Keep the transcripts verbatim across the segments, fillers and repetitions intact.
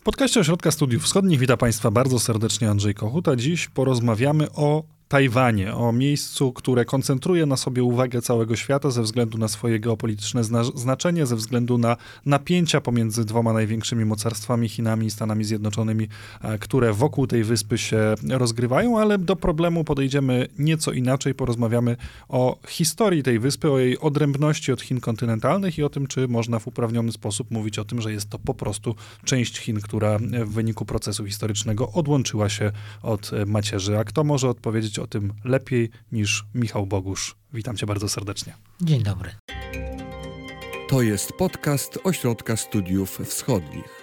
podcaście Ośrodka Studiów Wschodnich witam Państwa bardzo serdecznie Andrzej Kochut, a dziś porozmawiamy o Tajwanie, o miejscu, które koncentruje na sobie uwagę całego świata ze względu na swoje geopolityczne zna- znaczenie, ze względu na napięcia pomiędzy dwoma największymi mocarstwami, Chinami i Stanami Zjednoczonymi, a, które wokół tej wyspy się rozgrywają, ale do problemu podejdziemy nieco inaczej. Porozmawiamy o historii tej wyspy, o jej odrębności od Chin kontynentalnych i o tym, czy można w uprawniony sposób mówić o tym, że jest to po prostu część Chin, która w wyniku procesu historycznego odłączyła się od macierzy. A kto może odpowiedzieć o tym lepiej niż Michał Bogusz? Witam cię bardzo serdecznie. Dzień dobry. To jest podcast Ośrodka Studiów Wschodnich.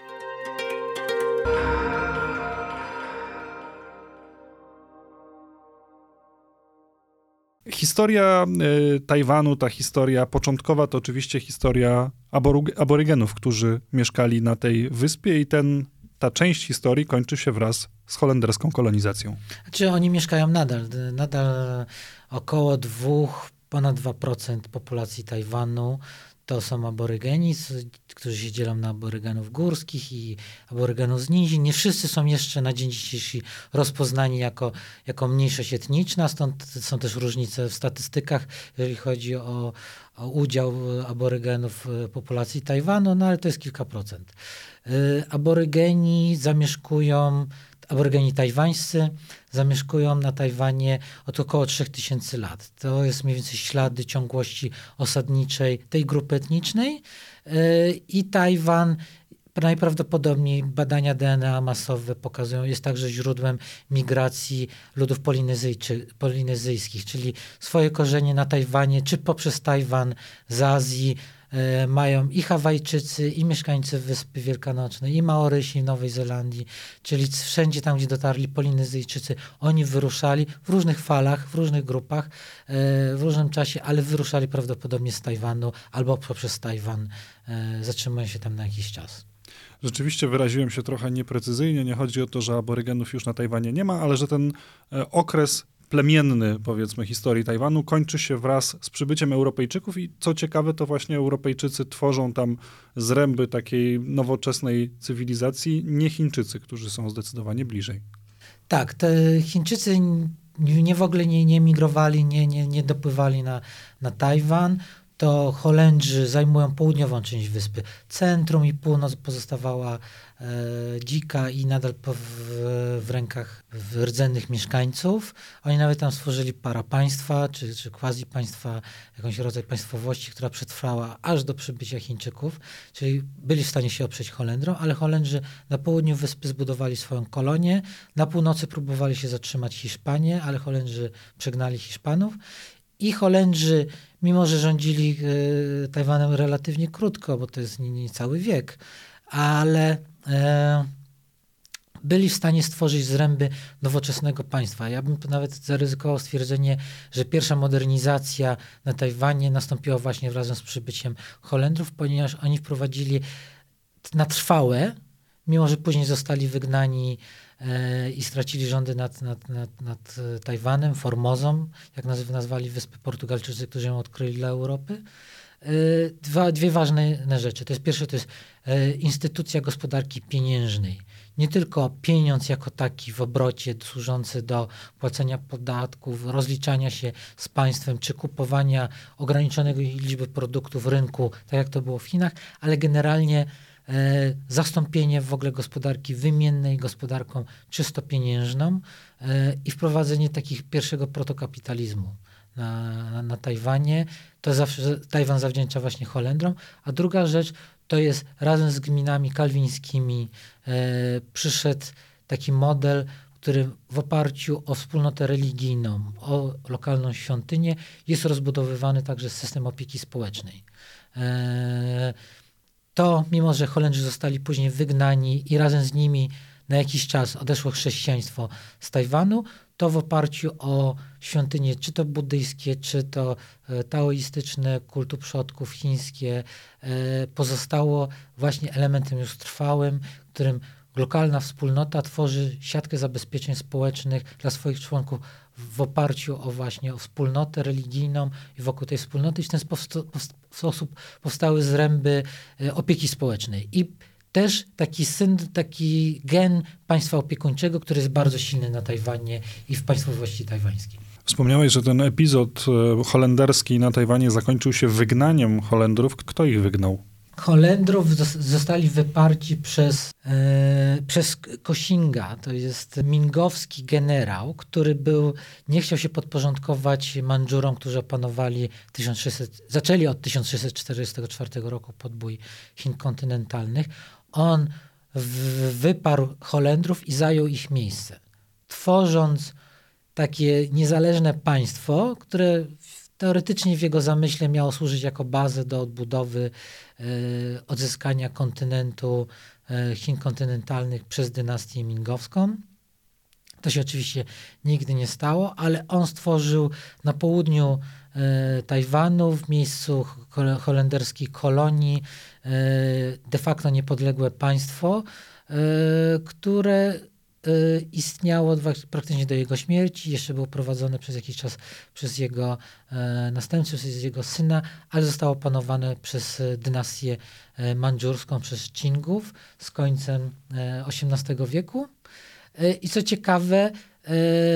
Historia y, Tajwanu, ta historia początkowa, to oczywiście historia aboru- aborygenów, którzy mieszkali na tej wyspie i ten, ta część historii kończy się wraz z holenderską kolonizacją. Znaczy oni mieszkają nadal, nadal około dwóch, ponad dwa procent populacji Tajwanu to są aborygeni, którzy się dzielą na aborygenów górskich i aborygenów z nizin. Nie wszyscy są jeszcze na dzień dzisiejszy rozpoznani jako, jako mniejszość etniczna, stąd są też różnice w statystykach, jeżeli chodzi o, o udział aborygenów w populacji Tajwanu, no ale to jest kilka procent. Aborygeni zamieszkują, aborygeni tajwańscy zamieszkują na Tajwanie od około trzech tysięcy lat. To jest mniej więcej ślady ciągłości osadniczej tej grupy etnicznej i Tajwan najprawdopodobniej badania D N A masowe pokazują, jest także źródłem migracji ludów polinezyjczy, polinezyjskich, czyli swoje korzenie na Tajwanie, czy poprzez Tajwan z Azji e, mają i Hawajczycy, i mieszkańcy Wyspy Wielkanocnej, i Maorysi w Nowej Zelandii, czyli wszędzie tam, gdzie dotarli Polinezyjczycy, oni wyruszali w różnych falach, w różnych grupach, e, w różnym czasie, ale wyruszali prawdopodobnie z Tajwanu albo poprzez Tajwan, e, zatrzymują się tam na jakiś czas. Rzeczywiście wyraziłem się trochę nieprecyzyjnie. Nie chodzi o to, że aborygenów już na Tajwanie nie ma, ale że ten e, okres plemienny, powiedzmy, historii Tajwanu kończy się wraz z przybyciem Europejczyków i co ciekawe, to właśnie Europejczycy tworzą tam zręby takiej nowoczesnej cywilizacji, nie Chińczycy, którzy są zdecydowanie bliżej. Tak, te Chińczycy nie w ogóle nie, nie migrowali, nie, nie, nie dopływali na, na Tajwan. To Holendrzy zajmują południową część wyspy. Centrum i północ pozostawała e, dzika i nadal po, w, w rękach w rdzennych mieszkańców. Oni nawet tam stworzyli parapaństwa, czy, czy quasi-państwa, jakąś rodzaj państwowości, która przetrwała aż do przybycia Chińczyków, czyli byli w stanie się oprzeć Holendrom, ale Holendrzy na południu wyspy zbudowali swoją kolonię, na północy próbowali się zatrzymać Hiszpanie, ale Holendrzy przegnali Hiszpanów. I Holendrzy, mimo że rządzili y, Tajwanem relatywnie krótko, bo to jest nie, nie cały wiek, ale e, byli w stanie stworzyć zręby nowoczesnego państwa. Ja bym nawet zaryzykował stwierdzenie, że pierwsza modernizacja na Tajwanie nastąpiła właśnie razem z przybyciem Holendrów, ponieważ oni wprowadzili na trwałe, mimo że później zostali wygnani i stracili rządy nad, nad, nad, nad Tajwanem, Formozą, jak nazw- nazwali wyspy Portugalczycy, którzy ją odkryli dla Europy. Dwa, dwie ważne rzeczy. To jest pierwsze, to jest instytucja gospodarki pieniężnej. Nie tylko pieniądz jako taki w obrocie służący do płacenia podatków, rozliczania się z państwem, czy kupowania ograniczonej liczby produktów w rynku, tak jak to było w Chinach, ale generalnie E, zastąpienie w ogóle gospodarki wymiennej gospodarką czysto pieniężną e, i wprowadzenie takich pierwszego protokapitalizmu na, na, na Tajwanie. To zawsze Tajwan zawdzięcza właśnie Holendrom. A druga rzecz to jest razem z gminami kalwińskimi e, przyszedł taki model, który w oparciu o wspólnotę religijną, o lokalną świątynię jest rozbudowywany także system opieki społecznej. E, To, mimo że Holendrzy zostali później wygnani i razem z nimi na jakiś czas odeszło chrześcijaństwo z Tajwanu, to w oparciu o świątynie, czy to buddyjskie, czy to taoistyczne, kultu przodków chińskie, pozostało właśnie elementem już trwałym, którym lokalna wspólnota tworzy siatkę zabezpieczeń społecznych dla swoich członków w oparciu o właśnie o wspólnotę religijną i wokół tej wspólnoty i w ten sposób powstały zręby opieki społecznej. I też taki syn, taki gen państwa opiekuńczego, który jest bardzo silny na Tajwanie i w państwowości tajwańskiej. Wspomniałeś, że ten epizod e, holenderski na Tajwanie zakończył się wygnaniem Holendrów. Kto ich wygnał? Holendrów zos- zostali wyparci przez, e, przez Koxinga. To jest mingowski generał, który był, nie chciał się podporządkować Mandżurom, którzy opanowali tysiąc sześćset, zaczęli od tysiąc sześćset czterdziestego czwartego roku podbój Chin kontynentalnych. On w, wyparł Holendrów i zajął ich miejsce, tworząc takie niezależne państwo, które teoretycznie w jego zamyśle miało służyć jako bazę do odbudowy, e, odzyskania kontynentu e, Chin kontynentalnych przez dynastię mingowską. To się oczywiście nigdy nie stało, ale on stworzył na południu e, Tajwanu, w miejscu ho- holenderskiej kolonii, e, de facto niepodległe państwo, e, które y, istniało dwa- praktycznie do jego śmierci. Jeszcze było prowadzone przez jakiś czas przez jego e, następców, przez jego syna, ale zostało opanowane przez e, dynastię e, mandżurską, przez Qingów z końcem e, osiemnastego wieku. E, I co ciekawe, e,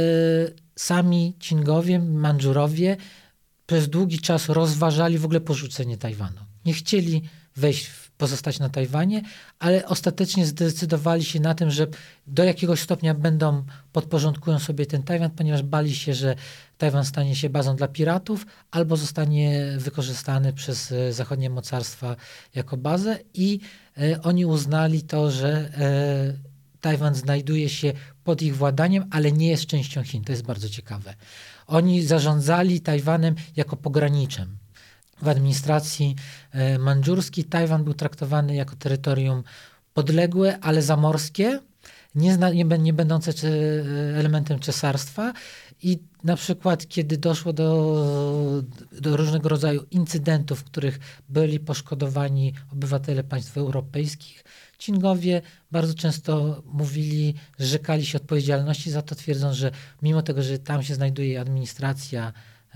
sami Qingowie, Mandżurowie przez długi czas rozważali w ogóle porzucenie Tajwanu. Nie chcieli wejść, w- pozostać na Tajwanie, ale ostatecznie zdecydowali się na tym, że do jakiegoś stopnia będą, podporządkują sobie ten Tajwan, ponieważ bali się, że Tajwan stanie się bazą dla piratów albo zostanie wykorzystany przez e, zachodnie mocarstwa jako bazę i e, oni uznali to, że e, Tajwan znajduje się pod ich władaniem, ale nie jest częścią Chin. To jest bardzo ciekawe. Oni zarządzali Tajwanem jako pograniczem. W administracji e, mandżurskiej Tajwan był traktowany jako terytorium podległe, ale zamorskie, nie, zna, nie, bę- nie będące cze, elementem cesarstwa. I na przykład, kiedy doszło do, do różnego rodzaju incydentów, w których byli poszkodowani obywatele państw europejskich, Qingowie bardzo często mówili, zrzekali się odpowiedzialności za to, twierdząc, że mimo tego, że tam się znajduje administracja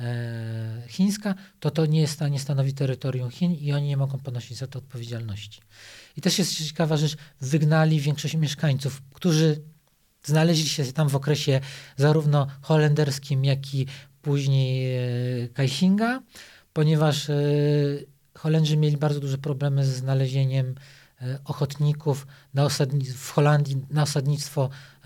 e, chińska, to to nie, jest, nie stanowi terytorium Chin i oni nie mogą ponosić za to odpowiedzialności. I też jest ciekawa rzecz, wygnali większość mieszkańców, którzy znaleźli się tam w okresie zarówno holenderskim, jak i później e, Kaixinga, ponieważ e, Holendrzy mieli bardzo duże problemy ze znalezieniem e, ochotników na osadni- w Holandii na osadnictwo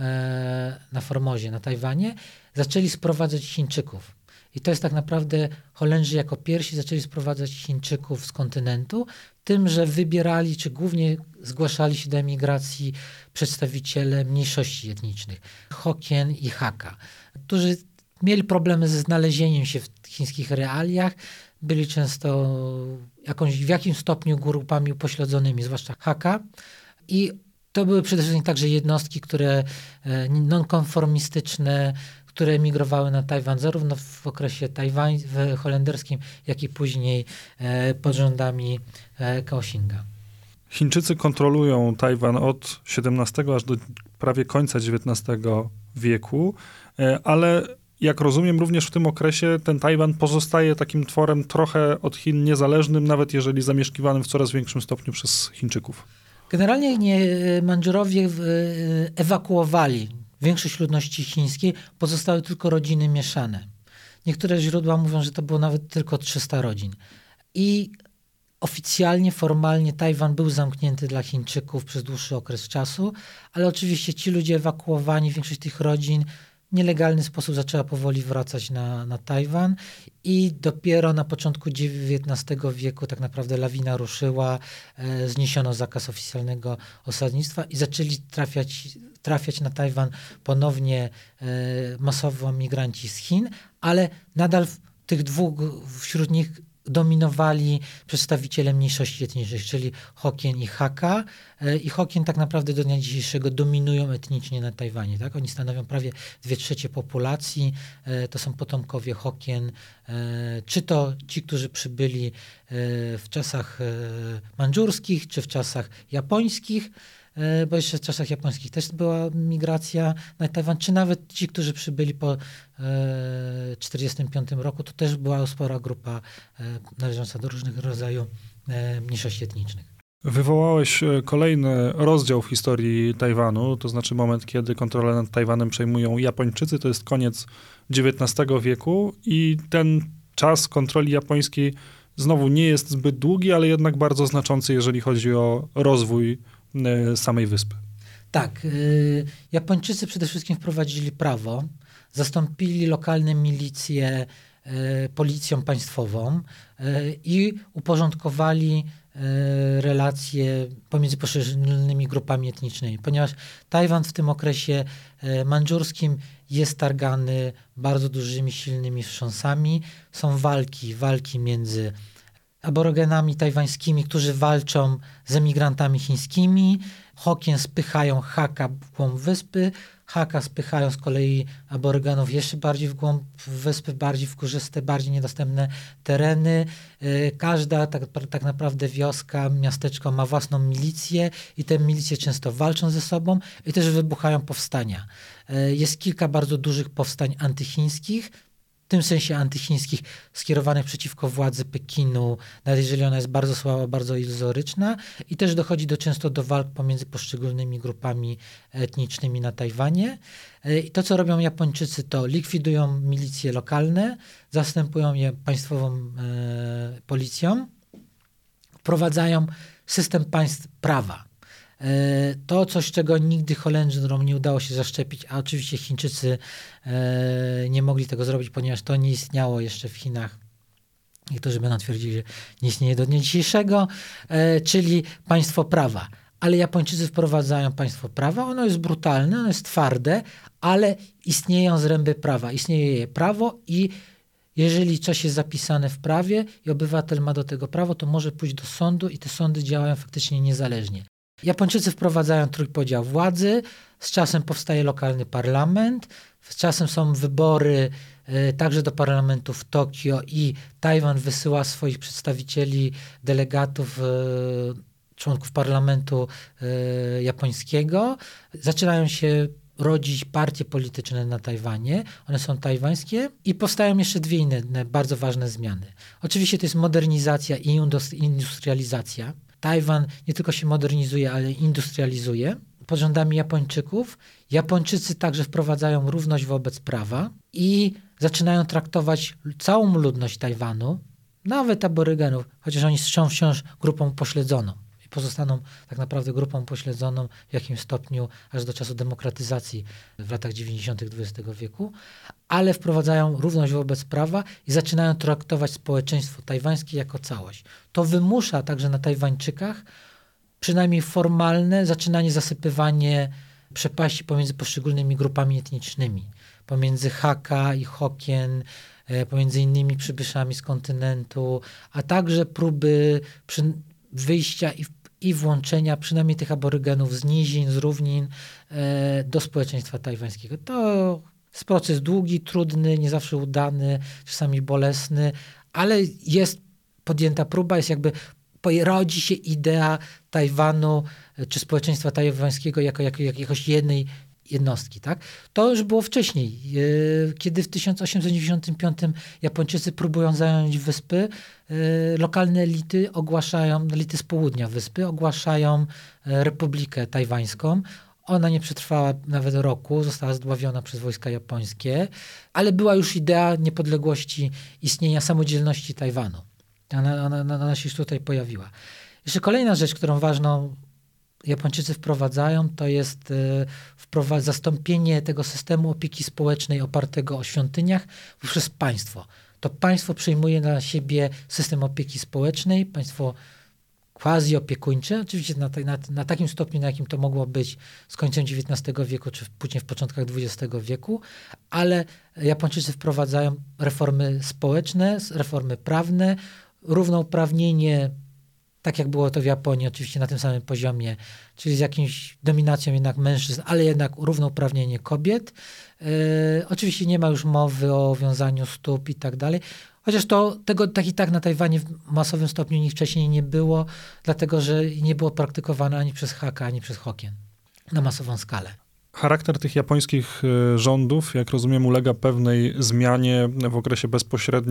e, na Formozie, na Tajwanie. Zaczęli sprowadzać Chińczyków. I to jest tak naprawdę Holendrzy jako pierwsi zaczęli sprowadzać Chińczyków z kontynentu, tym, że wybierali, czy głównie zgłaszali się do emigracji przedstawiciele mniejszości etnicznych, Hokkien i Hakka, którzy mieli problemy ze znalezieniem się w chińskich realiach, byli często jakąś, w jakimś stopniu grupami upośledzonymi, zwłaszcza Hakka. I to były przede wszystkim także jednostki, które e, nonkonformistyczne, które emigrowały na Tajwan zarówno w okresie tajwań, w holenderskim, jak i później e, pod rządami e, Kaohsinga. Chińczycy kontrolują Tajwan od siedemnastego aż do prawie końca dziewiętnastego wieku, e, ale jak rozumiem, również w tym okresie ten Tajwan pozostaje takim tworem trochę od Chin niezależnym, nawet jeżeli zamieszkiwanym w coraz większym stopniu przez Chińczyków. Generalnie nie, Mandżurowie w- ewakuowali większość ludności chińskiej, pozostały tylko rodziny mieszane. Niektóre źródła mówią, że to było nawet tylko trzysta rodzin. I oficjalnie, formalnie Tajwan był zamknięty dla Chińczyków przez dłuższy okres czasu, ale oczywiście ci ludzie ewakuowani, większość tych rodzin w nielegalny sposób zaczęła powoli wracać na, na Tajwan i dopiero na początku dziewiętnastego wieku tak naprawdę lawina ruszyła, e, zniesiono zakaz oficjalnego osadnictwa i zaczęli trafiać, trafiać na Tajwan ponownie e, masowo migranci z Chin, ale nadal w tych dwóch, wśród nich dominowali przedstawiciele mniejszości etnicznych, czyli Hokkien i Hakka. E, I Hokkien tak naprawdę do dnia dzisiejszego dominują etnicznie na Tajwanie. Tak? Oni stanowią prawie dwie trzecie populacji. E, To są potomkowie Hokkien, e, czy to ci, którzy przybyli e, w czasach e, mandżurskich, czy w czasach japońskich, e, bo jeszcze w czasach japońskich też była migracja na Tajwan, czy nawet ci, którzy przybyli po e, czterdziestym piątym roku, to też była spora grupa e, należąca do różnych rodzajów e, mniejszości etnicznych. Wywołałeś kolejny rozdział w historii Tajwanu, to znaczy moment, kiedy kontrolę nad Tajwanem przejmują Japończycy, to jest koniec dziewiętnastego wieku i ten czas kontroli japońskiej znowu nie jest zbyt długi, ale jednak bardzo znaczący, jeżeli chodzi o rozwój samej wyspy. Tak, y, Japończycy przede wszystkim wprowadzili prawo, zastąpili lokalne milicje y, policją państwową y, i uporządkowali y, relacje pomiędzy poszczególnymi grupami etnicznymi, ponieważ Tajwan w tym okresie y, mandżurskim jest targany bardzo dużymi, silnymi wstrząsami. Są walki, walki między aborygenami tajwańskimi, którzy walczą z emigrantami chińskimi. Hokkien spychają Hakka w głąb wyspy, Hakka spychają z kolei aborygenów jeszcze bardziej w głąb wyspy, bardziej w górzyste, bardziej niedostępne tereny. Każda tak, tak naprawdę wioska, miasteczko ma własną milicję i te milicje często walczą ze sobą i też wybuchają powstania. Jest kilka bardzo dużych powstań antychińskich, w tym sensie antychińskich, skierowanych przeciwko władzy Pekinu, nawet jeżeli ona jest bardzo słaba, bardzo iluzoryczna, i też dochodzi do, często do walk pomiędzy poszczególnymi grupami etnicznymi na Tajwanie. I to, co robią Japończycy, to likwidują milicje lokalne, zastępują je państwową e, policją, wprowadzają system państw prawa. To coś, czego nigdy Holendrom nie udało się zaszczepić, a oczywiście Chińczycy nie mogli tego zrobić, ponieważ to nie istniało jeszcze w Chinach. Niektórzy będą twierdzili, że nie istnieje do dnia dzisiejszego, czyli państwo prawa. Ale Japończycy wprowadzają państwo prawa, ono jest brutalne, ono jest twarde, ale istnieją zręby prawa. Istnieje prawo i jeżeli coś jest zapisane w prawie i obywatel ma do tego prawo, to może pójść do sądu i te sądy działają faktycznie niezależnie. Japończycy wprowadzają trójpodział władzy, z czasem powstaje lokalny parlament, z czasem są wybory y, także do parlamentu w Tokio i Tajwan wysyła swoich przedstawicieli, delegatów, y, członków parlamentu y, japońskiego. Zaczynają się rodzić partie polityczne na Tajwanie, one są tajwańskie i powstają jeszcze dwie inne bardzo ważne zmiany. Oczywiście to jest modernizacja i industrializacja. Tajwan nie tylko się modernizuje, ale industrializuje pod rządami Japończyków. Japończycy także wprowadzają równość wobec prawa i zaczynają traktować całą ludność Tajwanu, nawet aborygenów, chociaż oni są wciąż grupą upośledzoną i pozostaną tak naprawdę grupą upośledzoną w jakimś stopniu aż do czasu demokratyzacji w latach dziewięćdziesiątych dwudziestego wieku, ale wprowadzają równość wobec prawa i zaczynają traktować społeczeństwo tajwańskie jako całość. To wymusza także na Tajwańczykach przynajmniej formalne zaczynanie zasypywanie przepaści pomiędzy poszczególnymi grupami etnicznymi, pomiędzy Hakka i Hokkien, pomiędzy innymi przybyszami z kontynentu, a także próby przy wyjścia i, i włączenia przynajmniej tych aborygenów z nizin, z równin e, do społeczeństwa tajwańskiego. To jest proces długi, trudny, nie zawsze udany, czasami bolesny, ale jest podjęta próba, jest jakby rodzi się idea Tajwanu czy społeczeństwa tajwańskiego jako, jako, jako jakoś jednej jednostki. Tak? To już było wcześniej, kiedy w tysiąc osiemset dziewięćdziesiątym piątym Japończycy próbują zająć wyspy, lokalne elity ogłaszają, elity z południa wyspy ogłaszają Republikę Tajwańską. Ona nie przetrwała nawet roku, została zdławiona przez wojska japońskie, ale była już idea niepodległości, istnienia samodzielności Tajwanu. Ona, ona, ona się już tutaj pojawiła. Jeszcze kolejna rzecz, którą ważną Japończycy wprowadzają, to jest wprowadz- zastąpienie tego systemu opieki społecznej opartego o świątyniach przez państwo. To państwo przejmuje na siebie system opieki społecznej, państwo quasi-opiekuńcze, oczywiście na, na, na takim stopniu, na jakim to mogło być z końcem dziewiętnastego wieku, czy później w początkach dwudziestego wieku, ale Japończycy wprowadzają reformy społeczne, reformy prawne, równouprawnienie, tak jak było to w Japonii, oczywiście na tym samym poziomie, czyli z jakimś dominacją jednak mężczyzn, ale jednak równouprawnienie kobiet. Yy, oczywiście nie ma już mowy o wiązaniu stóp i tak dalej, chociaż to tego tak i tak na Tajwanie w masowym stopniu nigdy wcześniej nie było, dlatego że nie było praktykowane ani przez Hakka, ani przez Hokkien na masową skalę. Charakter tych japońskich rządów, jak rozumiem, ulega pewnej zmianie w okresie bezpośrednio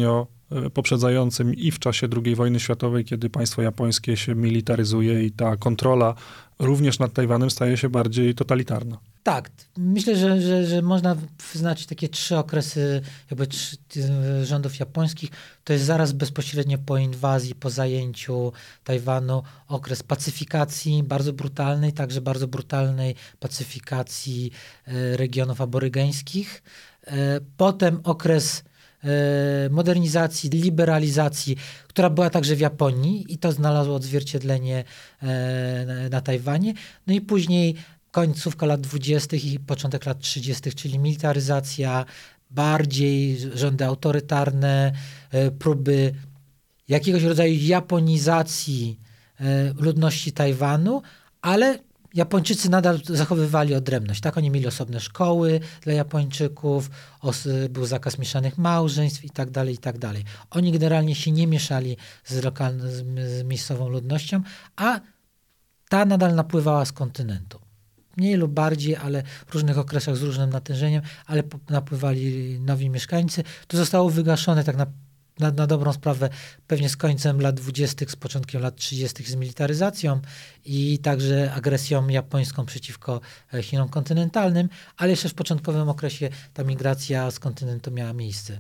e, poprzedzającym i w czasie drugiej wojny światowej, kiedy państwo japońskie się militaryzuje i ta kontrola również nad Tajwanem staje się bardziej totalitarna. Tak, myślę, że, że, że można wyznaczyć takie trzy okresy jakby trzy, rządów japońskich. To jest zaraz bezpośrednio po inwazji, po zajęciu Tajwanu, okres pacyfikacji bardzo brutalnej, także bardzo brutalnej pacyfikacji e, regionów aborygeńskich. E, potem okres e, modernizacji, liberalizacji, która była także w Japonii i to znalazło odzwierciedlenie e, na, na Tajwanie. No i później końcówka lat dwudziestych i początek lat trzydziestych, czyli militaryzacja, bardziej rządy autorytarne, próby jakiegoś rodzaju japonizacji ludności Tajwanu, ale Japończycy nadal zachowywali odrębność. Tak, oni mieli osobne szkoły dla Japończyków, os- był zakaz mieszanych małżeństw i tak dalej, i tak dalej. Oni generalnie się nie mieszali z, lokalną, z, z miejscową ludnością, a ta nadal napływała z kontynentu. Mniej lub bardziej, ale w różnych okresach z różnym natężeniem, ale napływali nowi mieszkańcy. To zostało wygaszone tak na, na, na dobrą sprawę pewnie z końcem lat dwudziestych, z początkiem lat trzydziestych z militaryzacją i także agresją japońską przeciwko Chinom kontynentalnym, ale jeszcze w początkowym okresie ta migracja z kontynentu miała miejsce.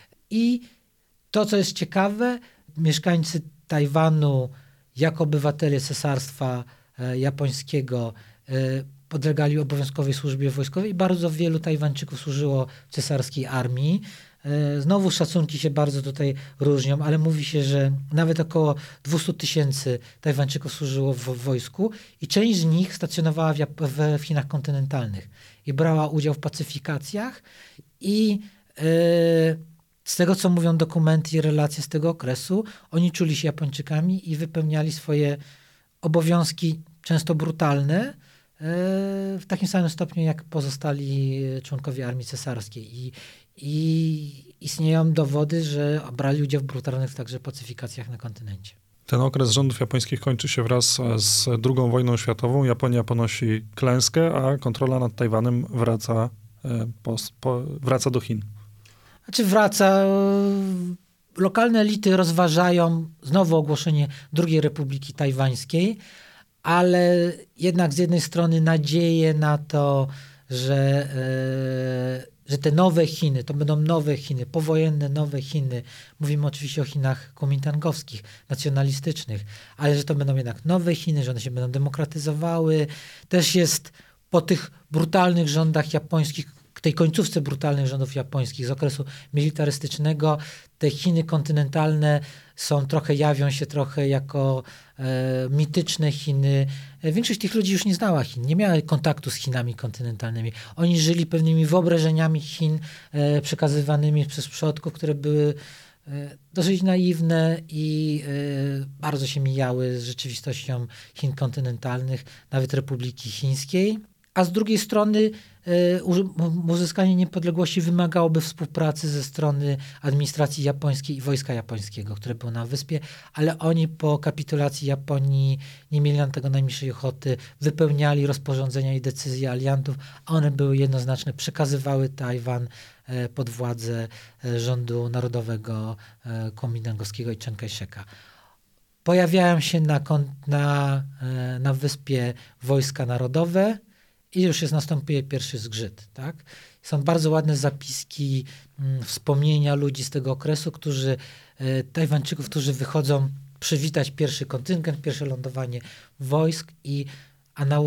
I to, co jest ciekawe, mieszkańcy Tajwanu jako obywatele Cesarstwa Japońskiego podlegali obowiązkowej służbie wojskowej i bardzo wielu Tajwańczyków służyło w cesarskiej armii. Znowu szacunki się bardzo tutaj różnią, ale mówi się, że nawet około dwieście tysięcy Tajwańczyków służyło w wojsku i część z nich stacjonowała w, Jap- w Chinach kontynentalnych i brała udział w pacyfikacjach i yy, z tego, co mówią dokumenty i relacje z tego okresu, oni czuli się Japończykami i wypełniali swoje obowiązki często brutalne, w takim samym stopniu jak pozostali członkowie armii cesarskiej. I, i istnieją dowody, że brali udział w brutalnych także pacyfikacjach na kontynencie. Ten okres rządów japońskich kończy się wraz z drugą wojną światową. Japonia ponosi klęskę, a kontrola nad Tajwanem wraca, po, po, wraca do Chin. Znaczy wraca... Lokalne elity rozważają znowu ogłoszenie drugiej Republiki Tajwańskiej, ale jednak z jednej strony nadzieję na to, że, e, że te nowe Chiny, to będą nowe Chiny, powojenne nowe Chiny, mówimy oczywiście o Chinach komintangowskich, nacjonalistycznych, ale że to będą jednak nowe Chiny, że one się będą demokratyzowały. Też jest po tych brutalnych rządach japońskich, tej końcówce brutalnych rządów japońskich z okresu militarystycznego, te Chiny kontynentalne są trochę, jawią się trochę jako e, mityczne Chiny. Większość tych ludzi już nie znała Chin, nie miała kontaktu z Chinami kontynentalnymi. Oni żyli pewnymi wyobrażeniami Chin e, przekazywanymi przez przodków, które były e, dosyć naiwne i e, bardzo się mijały z rzeczywistością Chin kontynentalnych, nawet Republiki Chińskiej. A z drugiej strony y, uzyskanie niepodległości wymagałoby współpracy ze strony administracji japońskiej i wojska japońskiego, które było na wyspie, ale oni po kapitulacji Japonii nie mieli na tego najmniejszej ochoty, wypełniali rozporządzenia i decyzje aliantów, a one były jednoznaczne, przekazywały Tajwan y, pod władzę y, rządu narodowego y, kuomintangowskiego i Chiang Kai-sheka. Pojawiają się na, na, y, na wyspie wojska narodowe, i już jest następuje pierwszy zgrzyt. Tak? Są bardzo ładne zapiski, mm, wspomnienia ludzi z tego okresu, którzy, e, Tajwańczyków, którzy wychodzą przywitać pierwszy kontyngent, pierwsze lądowanie wojsk i a na,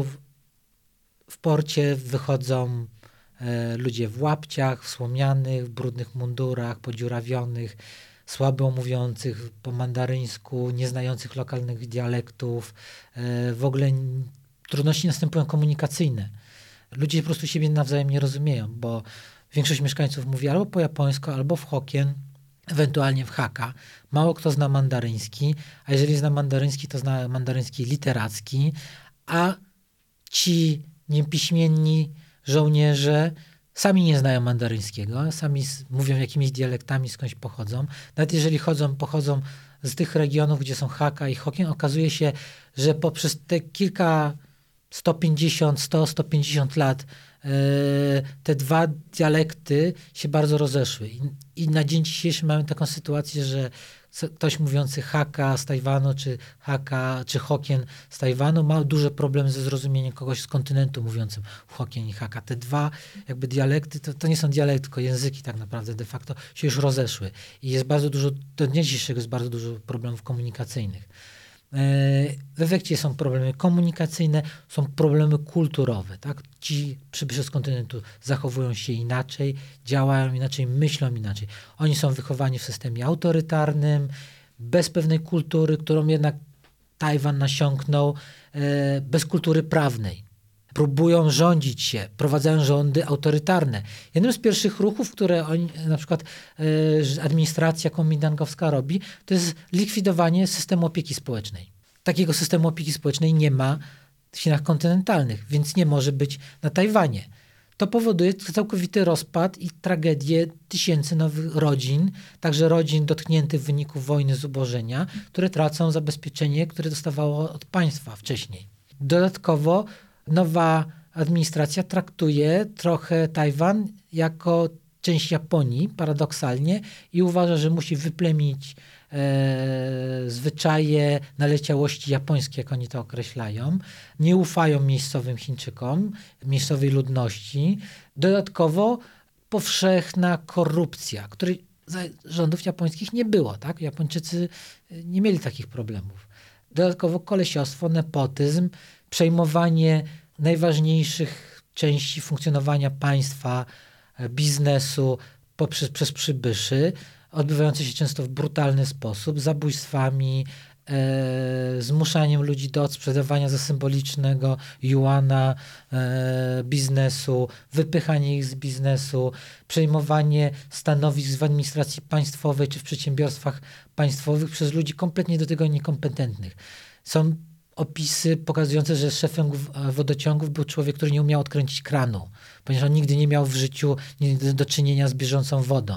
w porcie wychodzą e, ludzie w łapciach, w słomianych, w brudnych mundurach, podziurawionych, słabo mówiących po mandaryńsku, nieznających lokalnych dialektów, e, w ogóle trudności następują komunikacyjne. Ludzie po prostu siebie nawzajem nie rozumieją, bo większość mieszkańców mówi albo po japońsku, albo w Hokkien, ewentualnie w Hakka. Mało kto zna mandaryński, a jeżeli zna mandaryński, to zna mandaryński literacki, a ci niepiśmienni żołnierze sami nie znają mandaryńskiego, sami mówią jakimiś dialektami, skądś pochodzą. Nawet jeżeli chodzą, pochodzą z tych regionów, gdzie są Hakka i Hokkien, okazuje się, że poprzez te kilka sto pięćdziesiąt, sto, sto pięćdziesiąt lat te dwa dialekty się bardzo rozeszły. I, I na dzień dzisiejszy mamy taką sytuację, że ktoś mówiący Hakka z Tajwanu, czy Hakka, czy Hokkien z Tajwanu ma duże problemy ze zrozumieniem kogoś z kontynentu mówiącym Hokkien i Hakka. Te dwa jakby dialekty, to, to nie są dialekty, tylko języki tak naprawdę de facto się już rozeszły. I jest bardzo dużo, do dnia dzisiejszego jest bardzo dużo problemów komunikacyjnych. W efekcie są problemy komunikacyjne, są problemy kulturowe. Tak? Ci przybysze z kontynentu zachowują się inaczej, działają inaczej, myślą inaczej. Oni są wychowani w systemie autorytarnym, bez pewnej kultury, którą jednak Tajwan nasiąknął, bez kultury prawnej. Próbują rządzić się, prowadzają rządy autorytarne. Jednym z pierwszych ruchów, które oni, na przykład e, administracja komindangowska robi, to jest likwidowanie systemu opieki społecznej. Takiego systemu opieki społecznej nie ma w Chinach kontynentalnych, więc nie może być na Tajwanie. To powoduje całkowity rozpad i tragedię tysięcy nowych rodzin, także rodzin dotkniętych w wyniku wojny, zubożenia, które tracą zabezpieczenie, które dostawało od państwa wcześniej. Dodatkowo nowa administracja traktuje trochę Tajwan jako część Japonii, paradoksalnie, i uważa, że musi wyplemić e, zwyczaje, naleciałości japońskie, jak oni to określają. Nie ufają miejscowym Chińczykom, miejscowej ludności. Dodatkowo powszechna korupcja, której za rządów japońskich nie było. Tak? Japończycy nie mieli takich problemów. Dodatkowo kolesiostwo, nepotyzm, przejmowanie najważniejszych części funkcjonowania państwa, biznesu poprzez, przez przybyszy, odbywające się często w brutalny sposób, zabójstwami, e, zmuszaniem ludzi do odsprzedawania za symbolicznego juana e, biznesu, wypychanie ich z biznesu, przejmowanie stanowisk w administracji państwowej czy w przedsiębiorstwach państwowych przez ludzi kompletnie do tego niekompetentnych. Są opisy pokazujące, że szefem wodociągów był człowiek, który nie umiał odkręcić kranu, ponieważ on nigdy nie miał w życiu do czynienia z bieżącą wodą.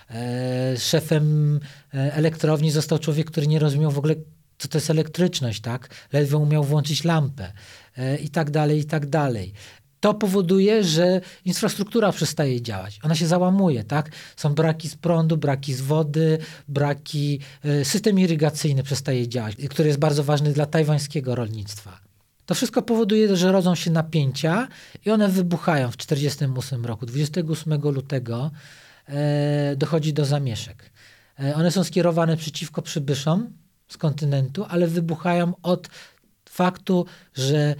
E, szefem elektrowni został człowiek, który nie rozumiał w ogóle, co to jest elektryczność, tak? Ledwo umiał włączyć lampę e, i tak dalej, i tak dalej. To powoduje, że infrastruktura przestaje działać. Ona się załamuje, tak? Są braki z prądu, braki z wody, braki... System irygacyjny przestaje działać, który jest bardzo ważny dla tajwańskiego rolnictwa. To wszystko powoduje, że rodzą się napięcia i one wybuchają w tysiąc dziewięćset czterdziestym ósmym roku. dwudziestego ósmego lutego e, dochodzi do zamieszek. E, one są skierowane przeciwko przybyszom z kontynentu, ale wybuchają od faktu, że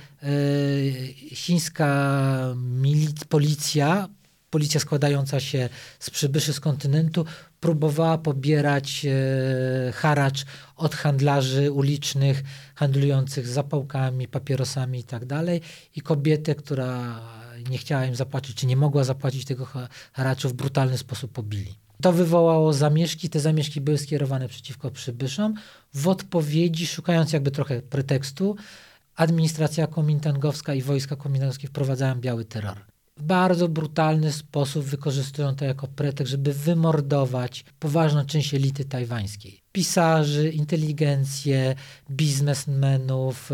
y, chińska milic, policja, policja składająca się z przybyszy z kontynentu, próbowała pobierać y, haracz od handlarzy ulicznych, handlujących zapałkami, papierosami i tak dalej. I kobietę, która nie chciała im zapłacić, czy nie mogła zapłacić tego haraczu, w brutalny sposób pobili. To wywołało zamieszki, te zamieszki były skierowane przeciwko przybyszom. W odpowiedzi, szukając jakby trochę pretekstu, administracja komintangowska i wojska komintangowskie wprowadzają biały terror. W bardzo brutalny sposób wykorzystują to jako pretekst, żeby wymordować poważną część elity tajwańskiej. Pisarzy, inteligencję, biznesmenów,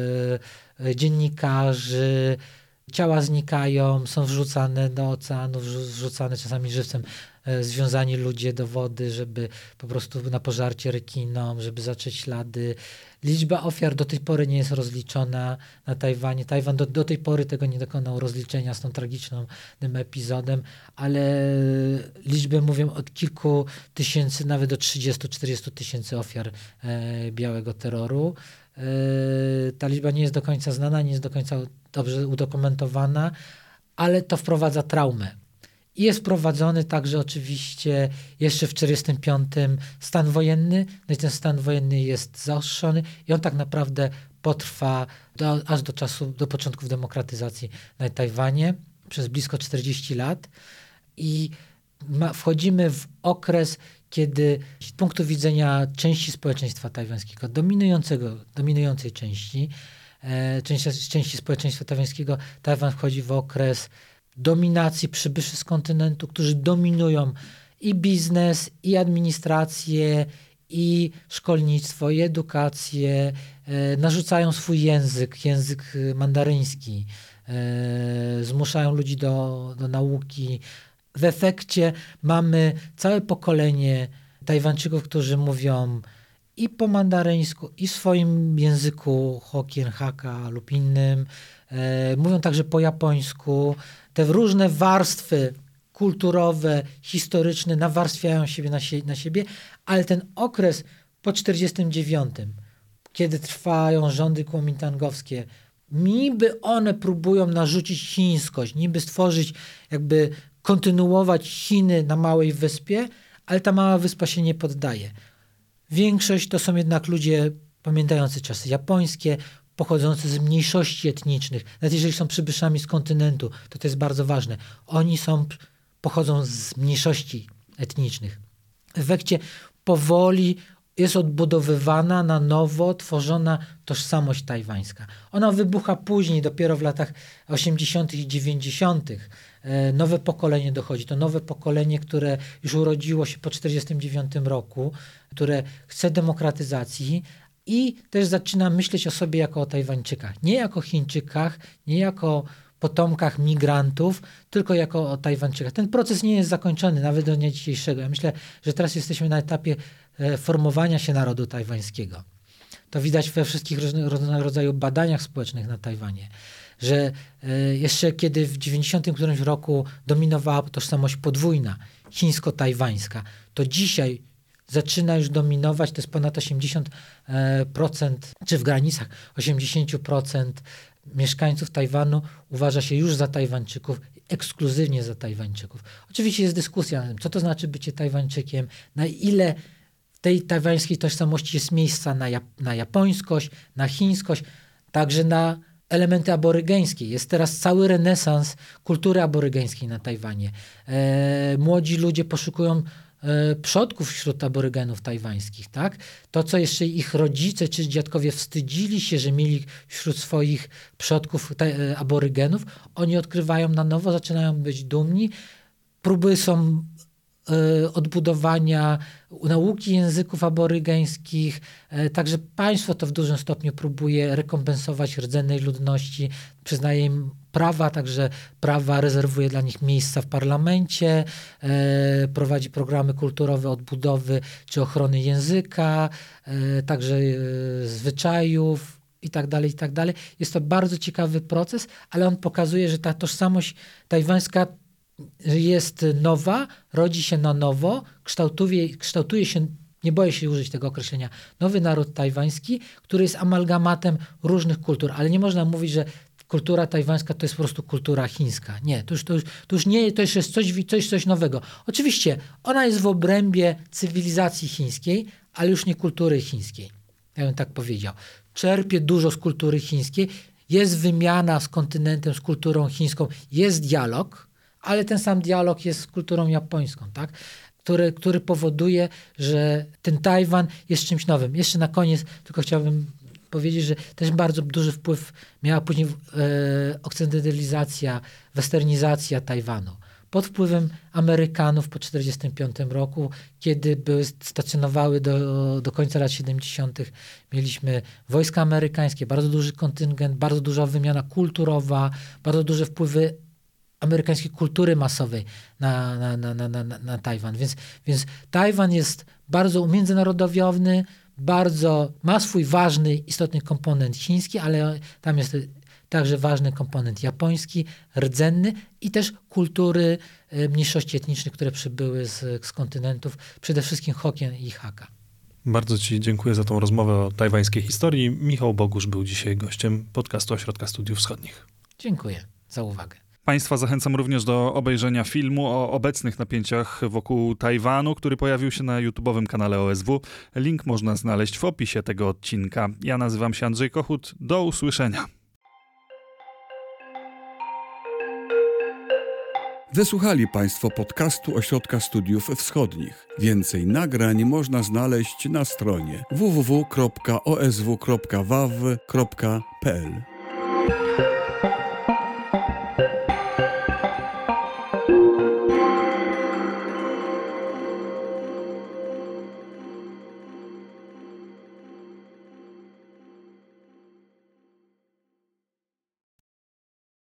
yy, dziennikarzy. Ciała znikają, są wrzucane do oceanu, wrzucane czasami żywcem, e, związani ludzie do wody, żeby po prostu na pożarcie rekinom, żeby zatrzeć ślady. Liczba ofiar do tej pory nie jest rozliczona na Tajwanie. Tajwan do, do tej pory tego nie dokonał rozliczenia z tą tragicznym epizodem, ale liczby mówią od kilku tysięcy, nawet do trzydziestu czterdziestu tysięcy ofiar e, białego terroru. E, ta liczba nie jest do końca znana, nie jest do końca dobrze udokumentowana, ale to wprowadza traumę. I jest wprowadzony także oczywiście jeszcze w czterdziestym piątym stan wojenny, no i ten stan wojenny jest zaostrzony i on tak naprawdę potrwa do, aż do czasu, do początków demokratyzacji na Tajwanie przez blisko czterdzieści lat i ma, wchodzimy w okres, kiedy z punktu widzenia części społeczeństwa tajwańskiego, dominującego, dominującej części, e, części, części społeczeństwa tajwańskiego, Tajwan wchodzi w okres dominacji przybyszy z kontynentu, którzy dominują i biznes, i administrację, i szkolnictwo, i edukację, e, narzucają swój język, język mandaryński, e, zmuszają ludzi do, do nauki. W efekcie mamy całe pokolenie Tajwańczyków, którzy mówią i po mandaryńsku, i w swoim języku Hokkien, Hakka lub innym. E, mówią także po japońsku. Te różne warstwy kulturowe, historyczne nawarstwiają siebie na, sie, na siebie, ale ten okres po czterdziestym dziewiątym, kiedy trwają rządy kuomintangowskie, niby one próbują narzucić chińskość, niby stworzyć, jakby kontynuować Chiny na małej wyspie, ale ta mała wyspa się nie poddaje. Większość to są jednak ludzie pamiętający czasy japońskie, pochodzący z mniejszości etnicznych. Nawet jeżeli są przybyszami z kontynentu, to to jest bardzo ważne. Oni są, pochodzą z mniejszości etnicznych. W efekcie powoli jest odbudowywana na nowo, tworzona tożsamość tajwańska. Ona wybucha później, dopiero w latach osiemdziesiątych i dziewięćdziesiątych. Nowe pokolenie dochodzi. To nowe pokolenie, które już urodziło się po czterdziestym dziewiątym roku, które chce demokratyzacji i też zaczyna myśleć o sobie jako o Tajwańczykach. Nie jako Chińczykach, nie jako potomkach migrantów, tylko jako o Tajwańczykach. Ten proces nie jest zakończony nawet do dnia dzisiejszego. Ja myślę, że teraz jesteśmy na etapie formowania się narodu tajwańskiego. To widać we wszystkich różnego rodzaju badaniach społecznych na Tajwanie, że jeszcze kiedy w dziewięćdziesiątym którymś roku dominowała tożsamość podwójna, chińsko-tajwańska, to dzisiaj zaczyna już dominować, to jest ponad osiemdziesiąt procent, czy w granicach osiemdziesiąt procent mieszkańców Tajwanu uważa się już za Tajwańczyków, ekskluzywnie za Tajwańczyków. Oczywiście jest dyskusja na tym, co to znaczy bycie Tajwańczykiem, na ile w tej tajwańskiej tożsamości jest miejsca na, jap- na japońskość, na chińskość, także na elementy aborygeńskie. Jest teraz cały renesans kultury aborygeńskiej na Tajwanie. E, młodzi ludzie poszukują e, przodków wśród aborygenów tajwańskich. Tak? To, co jeszcze ich rodzice czy dziadkowie wstydzili się, że mieli wśród swoich przodków ta, e, aborygenów, oni odkrywają na nowo, zaczynają być dumni. Próby są odbudowania nauki języków aborygeńskich. Także państwo to w dużym stopniu próbuje rekompensować rdzennej ludności, przyznaje im prawa, także prawa, rezerwuje dla nich miejsca w parlamencie, prowadzi programy kulturowe odbudowy czy ochrony języka, także zwyczajów i tak dalej, i tak dalej. Jest to bardzo ciekawy proces, ale on pokazuje, że ta tożsamość tajwańska jest nowa, rodzi się na nowo, kształtuje, kształtuje się, nie boję się użyć tego określenia, nowy naród tajwański, który jest amalgamatem różnych kultur, ale nie można mówić, że kultura tajwańska to jest po prostu kultura chińska. Nie, to już, to już, to już nie, to już jest coś, coś, coś nowego. Oczywiście ona jest w obrębie cywilizacji chińskiej, ale już nie kultury chińskiej. Ja bym tak powiedział. Czerpie dużo z kultury chińskiej, jest wymiana z kontynentem, z kulturą chińską, jest dialog, ale ten sam dialog jest z kulturą japońską, tak? który, który powoduje, że ten Tajwan jest czymś nowym. Jeszcze na koniec tylko chciałbym powiedzieć, że też bardzo duży wpływ miała później e, okcydentalizacja, westernizacja Tajwanu. Pod wpływem Amerykanów po tysiąc dziewięćset czterdziestym piątym roku, kiedy były stacjonowały do, do końca lat siedemdziesiątych, mieliśmy wojska amerykańskie, bardzo duży kontyngent, bardzo duża wymiana kulturowa, bardzo duże wpływy amerykańskiej kultury masowej na, na, na, na, na, na Tajwan. Więc, więc Tajwan jest bardzo umiędzynarodowiony, bardzo ma swój ważny, istotny komponent chiński, ale tam jest także ważny komponent japoński, rdzenny i też kultury mniejszości etnicznych, które przybyły z, z kontynentów, przede wszystkim Hokkien i Hakka. Bardzo Ci dziękuję za tą rozmowę o tajwańskiej historii. Michał Bogusz był dzisiaj gościem podcastu Ośrodka Studiów Wschodnich. Dziękuję za uwagę. Państwa zachęcam również do obejrzenia filmu o obecnych napięciach wokół Tajwanu, który pojawił się na YouTube'owym kanale O S W. Link można znaleźć w opisie tego odcinka. Ja nazywam się Andrzej Kochut. Do usłyszenia. Wysłuchali Państwo podcastu Ośrodka Studiów Wschodnich. Więcej nagrań można znaleźć na stronie w w w kropka o s w kropka w a w kropka p l.